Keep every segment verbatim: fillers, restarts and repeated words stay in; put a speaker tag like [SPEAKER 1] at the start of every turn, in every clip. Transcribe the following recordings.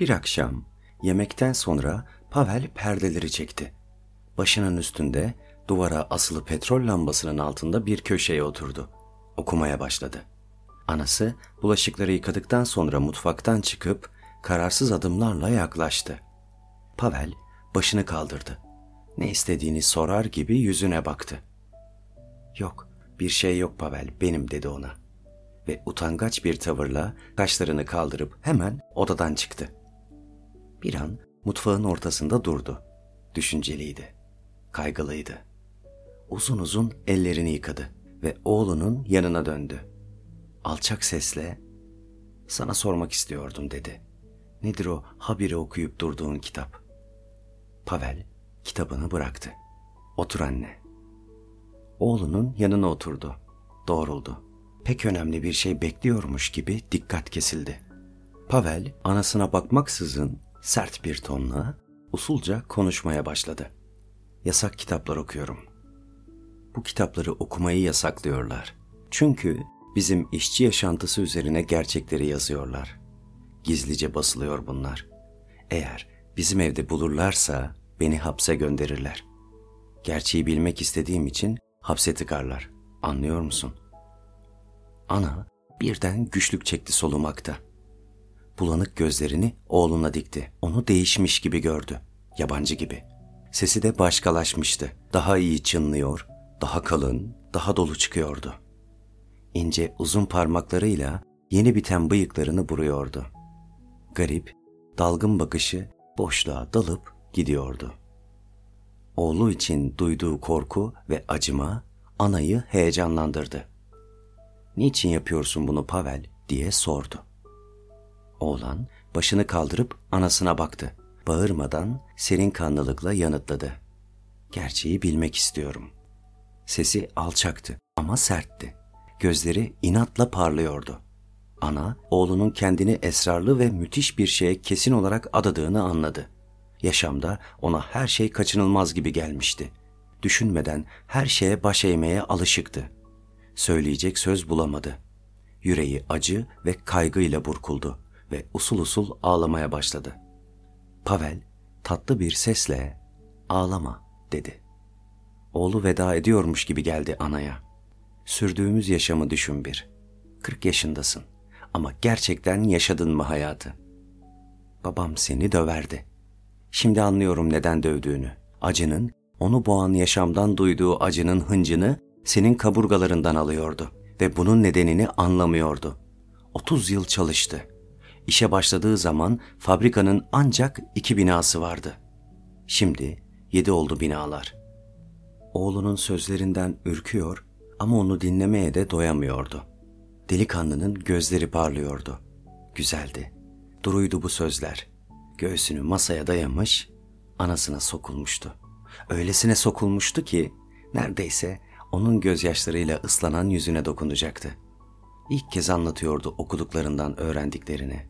[SPEAKER 1] Bir akşam yemekten sonra Pavel perdeleri çekti. Başının üstünde duvara asılı petrol lambasının altında bir köşeye oturdu. Okumaya başladı. Anası bulaşıkları yıkadıktan sonra mutfaktan çıkıp kararsız adımlarla yaklaştı. Pavel başını kaldırdı. Ne istediğini sorar gibi yüzüne baktı. "Yok, bir şey yok Pavel, benim," dedi ona. Ve utangaç bir tavırla kaşlarını kaldırıp hemen odadan çıktı. Bir an mutfağın ortasında durdu. Düşünceliydi, kaygılıydı. Uzun uzun ellerini yıkadı ve oğlunun yanına döndü. Alçak sesle, "Sana sormak istiyordum," dedi. "Nedir o habire okuyup durduğun kitap?" Pavel kitabını bıraktı. "Otur anne." Oğlunun yanına oturdu. Doğruldu. Pek önemli bir şey bekliyormuş gibi dikkat kesildi. Pavel anasına bakmaksızın sert bir tonla usulca konuşmaya başladı. "Yasak kitaplar okuyorum. Bu kitapları okumayı yasaklıyorlar. Çünkü bizim işçi yaşantısı üzerine gerçekleri yazıyorlar. Gizlice basılıyor bunlar. Eğer bizim evde bulurlarsa beni hapse gönderirler. Gerçeği bilmek istediğim için hapse tıkarlar. Anlıyor musun?" Ana birden güçlük çekti solumakta. Bulanık gözlerini oğluna dikti. Onu değişmiş gibi gördü. Yabancı gibi. Sesi de başkalaşmıştı. Daha iyi çınlıyor, daha kalın, daha dolu çıkıyordu. İnce uzun parmaklarıyla yeni biten bıyıklarını buruyordu. Garip, dalgın bakışı boşluğa dalıp gidiyordu. Oğlu için duyduğu korku ve acıma anayı heyecanlandırdı. "Niçin yapıyorsun bunu Pavel?" diye sordu. Oğlan başını kaldırıp anasına baktı. Bağırmadan serin kanlılıkla yanıtladı. "Gerçeği bilmek istiyorum." Sesi alçaktı ama sertti. Gözleri inatla parlıyordu. Ana, oğlunun kendini esrarlı ve müthiş bir şeye kesin olarak adadığını anladı. Yaşamda ona her şey kaçınılmaz gibi gelmişti. Düşünmeden her şeye baş eğmeye alışıktı. Söyleyecek söz bulamadı. Yüreği acı ve kaygıyla burkuldu ve usul usul ağlamaya başladı. Pavel tatlı bir sesle "Ağlama," dedi. Oğlu veda ediyormuş gibi geldi anaya. "Sürdüğümüz yaşamı düşün bir. Kırk yaşındasın ama gerçekten yaşadın mı hayatı? Babam seni döverdi. Şimdi anlıyorum neden dövdüğünü. Acının, onu boğan yaşamdan duyduğu acının hıncını senin kaburgalarından alıyordu ve bunun nedenini anlamıyordu. Otuz yıl çalıştı. İşe başladığı zaman fabrikanın ancak iki binası vardı. Şimdi yedi oldu binalar." Oğlunun sözlerinden ürküyor ama onu dinlemeye de doyamıyordu. Delikanlının gözleri parlıyordu. Güzeldi. Duruydu bu sözler. Göğsünü masaya dayamış, anasına sokulmuştu. Öylesine sokulmuştu ki neredeyse onun gözyaşlarıyla ıslanan yüzüne dokunacaktı. İlk kez anlatıyordu okuduklarından öğrendiklerini.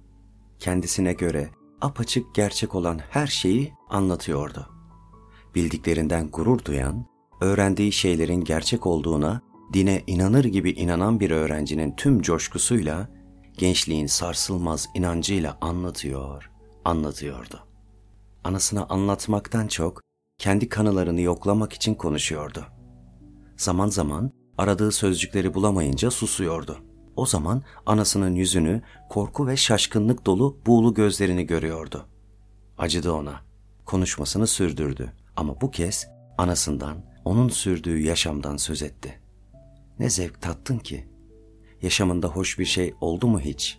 [SPEAKER 1] Kendisine göre apaçık gerçek olan her şeyi anlatıyordu. Bildiklerinden gurur duyan, öğrendiği şeylerin gerçek olduğuna dine inanır gibi inanan bir öğrencinin tüm coşkusuyla, gençliğin sarsılmaz inancıyla anlatıyor, anlatıyordu. Anasına anlatmaktan çok kendi kanılarını yoklamak için konuşuyordu. Zaman zaman aradığı sözcükleri bulamayınca susuyordu. O zaman anasının yüzünü, korku ve şaşkınlık dolu buğulu gözlerini görüyordu. Acıdı ona. Konuşmasını sürdürdü ama bu kez anasından, onun sürdüğü yaşamdan söz etti. "Ne zevk tattın ki? Yaşamında hoş bir şey oldu mu hiç?"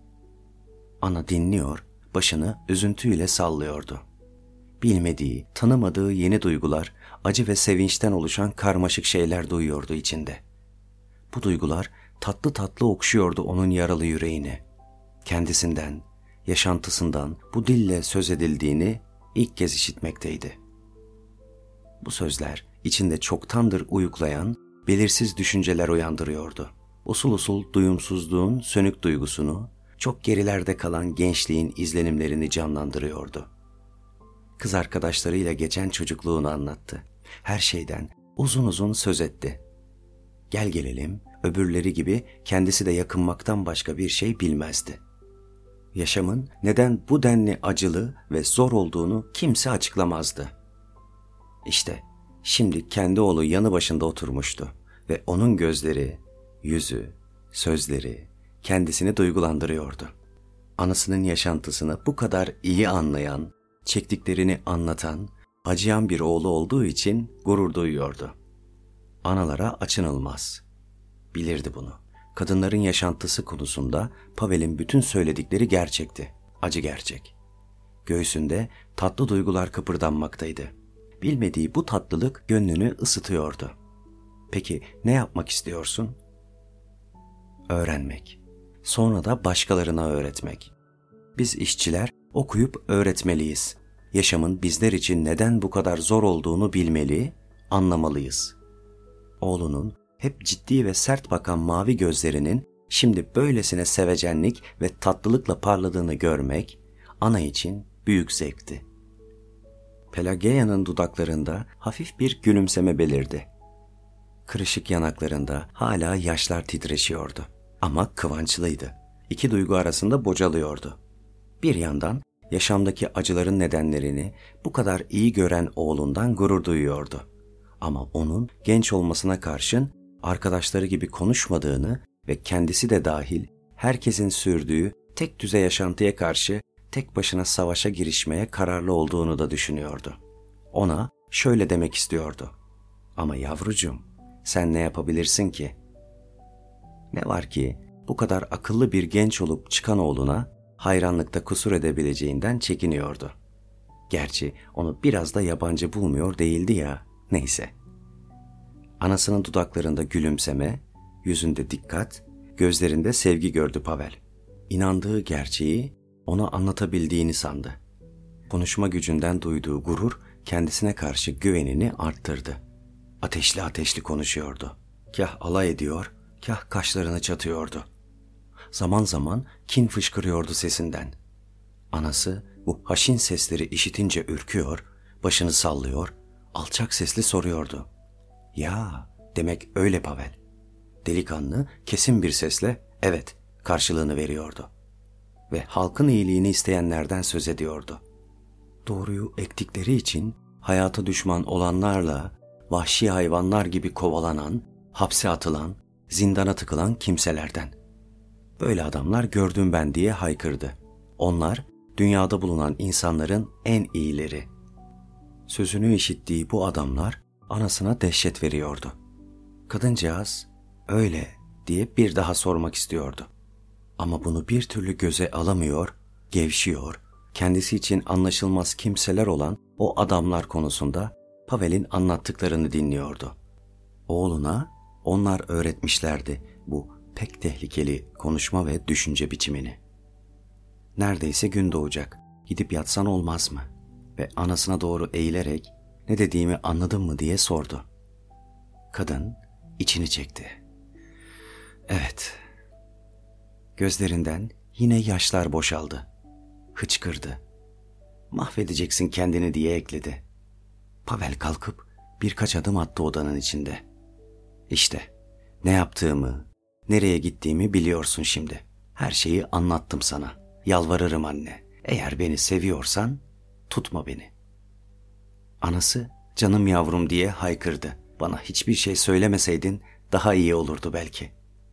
[SPEAKER 1] Ana dinliyor, başını üzüntüyle sallıyordu. Bilmediği, tanımadığı yeni duygular, acı ve sevinçten oluşan karmaşık şeyler duyuyordu içinde. Bu duygular tatlı tatlı okşuyordu onun yaralı yüreğini. Kendisinden, yaşantısından bu dille söz edildiğini ilk kez işitmekteydi. Bu sözler içinde çoktandır uyuklayan, belirsiz düşünceler uyandırıyordu. Usul usul duyumsuzluğun sönük duygusunu, çok gerilerde kalan gençliğin izlenimlerini canlandırıyordu. Kız arkadaşlarıyla geçen çocukluğunu anlattı. Her şeyden uzun uzun söz etti. Gel gelelim, öbürleri gibi kendisi de yakınmaktan başka bir şey bilmezdi. Yaşamın neden bu denli acılı ve zor olduğunu kimse açıklamazdı. İşte şimdi kendi oğlu yanı başında oturmuştu ve onun gözleri, yüzü, sözleri kendisini duygulandırıyordu. Anasının yaşantısını bu kadar iyi anlayan, çektiklerini anlatan, acıyan bir oğlu olduğu için gurur duyuyordu. Analara açınılmaz. Bilirdi bunu. Kadınların yaşantısı konusunda Pavel'in bütün söyledikleri gerçekti. Acı gerçek. Göğsünde tatlı duygular kıpırdanmaktaydı. Bilmediği bu tatlılık gönlünü ısıtıyordu. Peki ne yapmak istiyorsun? Öğrenmek. Sonra da başkalarına öğretmek. Biz işçiler okuyup öğretmeliyiz. Yaşamın bizler için neden bu kadar zor olduğunu bilmeli, anlamalıyız. Oğlunun hep ciddi ve sert bakan mavi gözlerinin şimdi böylesine sevecenlik ve tatlılıkla parladığını görmek ana için büyük zevkti. Pelageya'nın dudaklarında hafif bir gülümseme belirdi. Kırışık yanaklarında hala yaşlar titreşiyordu. Ama kıvançlıydı. İki duygu arasında bocalıyordu. Bir yandan yaşamdaki acıların nedenlerini bu kadar iyi gören oğlundan gurur duyuyordu. Ama onun genç olmasına karşın arkadaşları gibi konuşmadığını ve kendisi de dahil herkesin sürdüğü tek düze yaşantıya karşı tek başına savaşa girişmeye kararlı olduğunu da düşünüyordu. Ona şöyle demek istiyordu. Ama yavrucuğum, sen ne yapabilirsin ki? Ne var ki bu kadar akıllı bir genç olup çıkan oğluna hayranlıkta kusur edebileceğinden çekiniyordu. Gerçi onu biraz da yabancı bulmuyor değildi ya, neyse. Anasının dudaklarında gülümseme, yüzünde dikkat, gözlerinde sevgi gördü Pavel. İnandığı gerçeği ona anlatabildiğini sandı. Konuşma gücünden duyduğu gurur kendisine karşı güvenini arttırdı. Ateşli ateşli konuşuyordu. Kah alay ediyor, kah kaşlarını çatıyordu. Zaman zaman kin fışkırıyordu sesinden. Anası bu haşin sesleri işitince ürküyor, başını sallıyor, alçak sesli soruyordu. Ya, demek öyle Pavel. Delikanlı kesin bir sesle evet karşılığını veriyordu. Ve halkın iyiliğini isteyenlerden söz ediyordu. Doğruyu ektikleri için hayata düşman olanlarla vahşi hayvanlar gibi kovalanan, hapse atılan, zindana tıkılan kimselerden. Böyle adamlar gördüm ben diye haykırdı. Onlar dünyada bulunan insanların en iyileri. Sözünü işittiği bu adamlar anasına dehşet veriyordu. Kadıncağız öyle diye bir daha sormak istiyordu. Ama bunu bir türlü göze alamıyor, gevşiyor, kendisi için anlaşılmaz kimseler olan o adamlar konusunda Pavel'in anlattıklarını dinliyordu. Oğluna onlar öğretmişlerdi bu pek tehlikeli konuşma ve düşünce biçimini. Neredeyse gün doğacak, gidip yatsan olmaz mı? Ve anasına doğru eğilerek ne dediğimi anladın mı diye sordu. Kadın içini çekti. Evet. Gözlerinden yine yaşlar boşaldı. Hıçkırdı. Mahvedeceksin kendini diye ekledi. Pavel kalkıp birkaç adım attı odanın içinde. İşte ne yaptığımı, nereye gittiğimi biliyorsun şimdi. Her şeyi anlattım sana. Yalvarırım anne. Eğer beni seviyorsan tutma beni. Anası canım yavrum diye haykırdı. Bana hiçbir şey söylemeseydin daha iyi olurdu belki.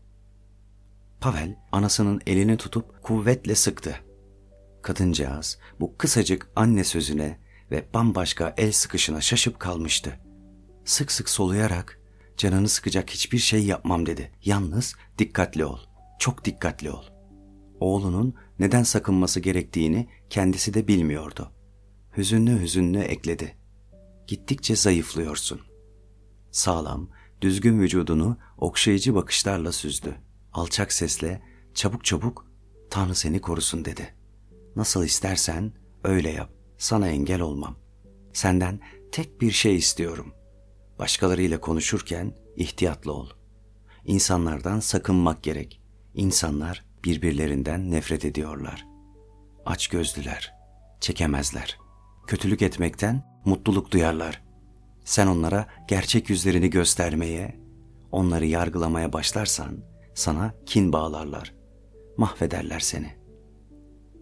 [SPEAKER 1] Pavel anasının elini tutup kuvvetle sıktı. Kadıncağız bu kısacık anne sözüne ve bambaşka el sıkışına şaşıp kalmıştı. Sık sık soluyarak canını sıkacak hiçbir şey yapmam dedi. Yalnız dikkatli ol, çok dikkatli ol. Oğlunun neden sakınması gerektiğini kendisi de bilmiyordu. Hüzünlü hüzünlü ekledi. Gittikçe zayıflıyorsun. Sağlam, düzgün vücudunu okşayıcı bakışlarla süzdü. Alçak sesle çabuk çabuk Tanrı seni korusun dedi. Nasıl istersen öyle yap. Sana engel olmam. Senden tek bir şey istiyorum. Başkalarıyla konuşurken ihtiyatlı ol. İnsanlardan sakınmak gerek. İnsanlar birbirlerinden nefret ediyorlar. Açgözlüler, çekemezler. Kötülük etmekten mutluluk duyarlar. Sen onlara gerçek yüzlerini göstermeye, onları yargılamaya başlarsan sana kin bağlarlar. Mahvederler seni.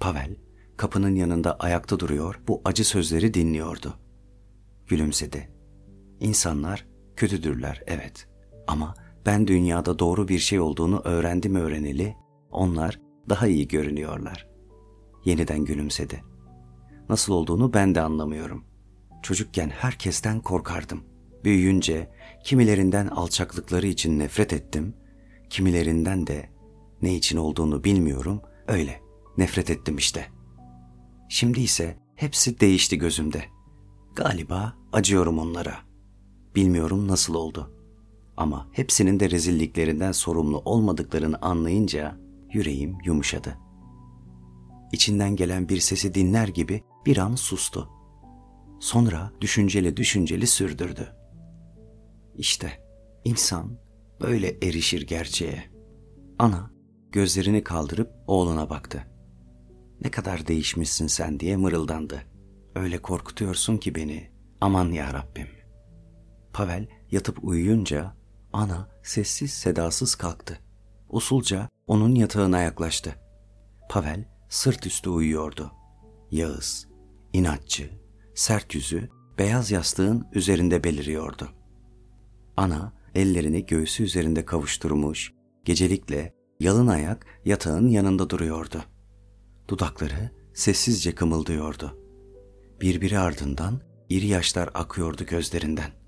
[SPEAKER 1] Pavel kapının yanında ayakta duruyor, bu acı sözleri dinliyordu. Gülümsedi. İnsanlar kötüdürler, evet. Ama ben dünyada doğru bir şey olduğunu öğrendim öğreneli, onlar daha iyi görünüyorlar. Yeniden gülümsedi. Nasıl olduğunu ben de anlamıyorum. Çocukken herkesten korkardım. Büyüyünce kimilerinden alçaklıkları için nefret ettim, kimilerinden de ne için olduğunu bilmiyorum, öyle nefret ettim işte. Şimdi ise hepsi değişti gözümde. Galiba acıyorum onlara. Bilmiyorum nasıl oldu. Ama hepsinin de rezilliklerinden sorumlu olmadıklarını anlayınca yüreğim yumuşadı. İçinden gelen bir sesi dinler gibi bir an sustu. Sonra düşünceli düşünceli sürdürdü. İşte insan böyle erişir gerçeğe. Ana gözlerini kaldırıp oğluna baktı. Ne kadar değişmişsin sen diye mırıldandı. Öyle korkutuyorsun ki beni. Aman ya Rabbim. Pavel yatıp uyuyunca ana sessiz sedasız kalktı. Usulca onun yatağına yaklaştı. Pavel sırt üstü uyuyordu. Yağız, inatçı, sert yüzü beyaz yastığın üzerinde beliriyordu. Ana ellerini göğsü üzerinde kavuşturmuş, gecelikle yalın ayak yatağın yanında duruyordu. Dudakları sessizce kımıldıyordu. Birbiri ardından iri yaşlar akıyordu gözlerinden.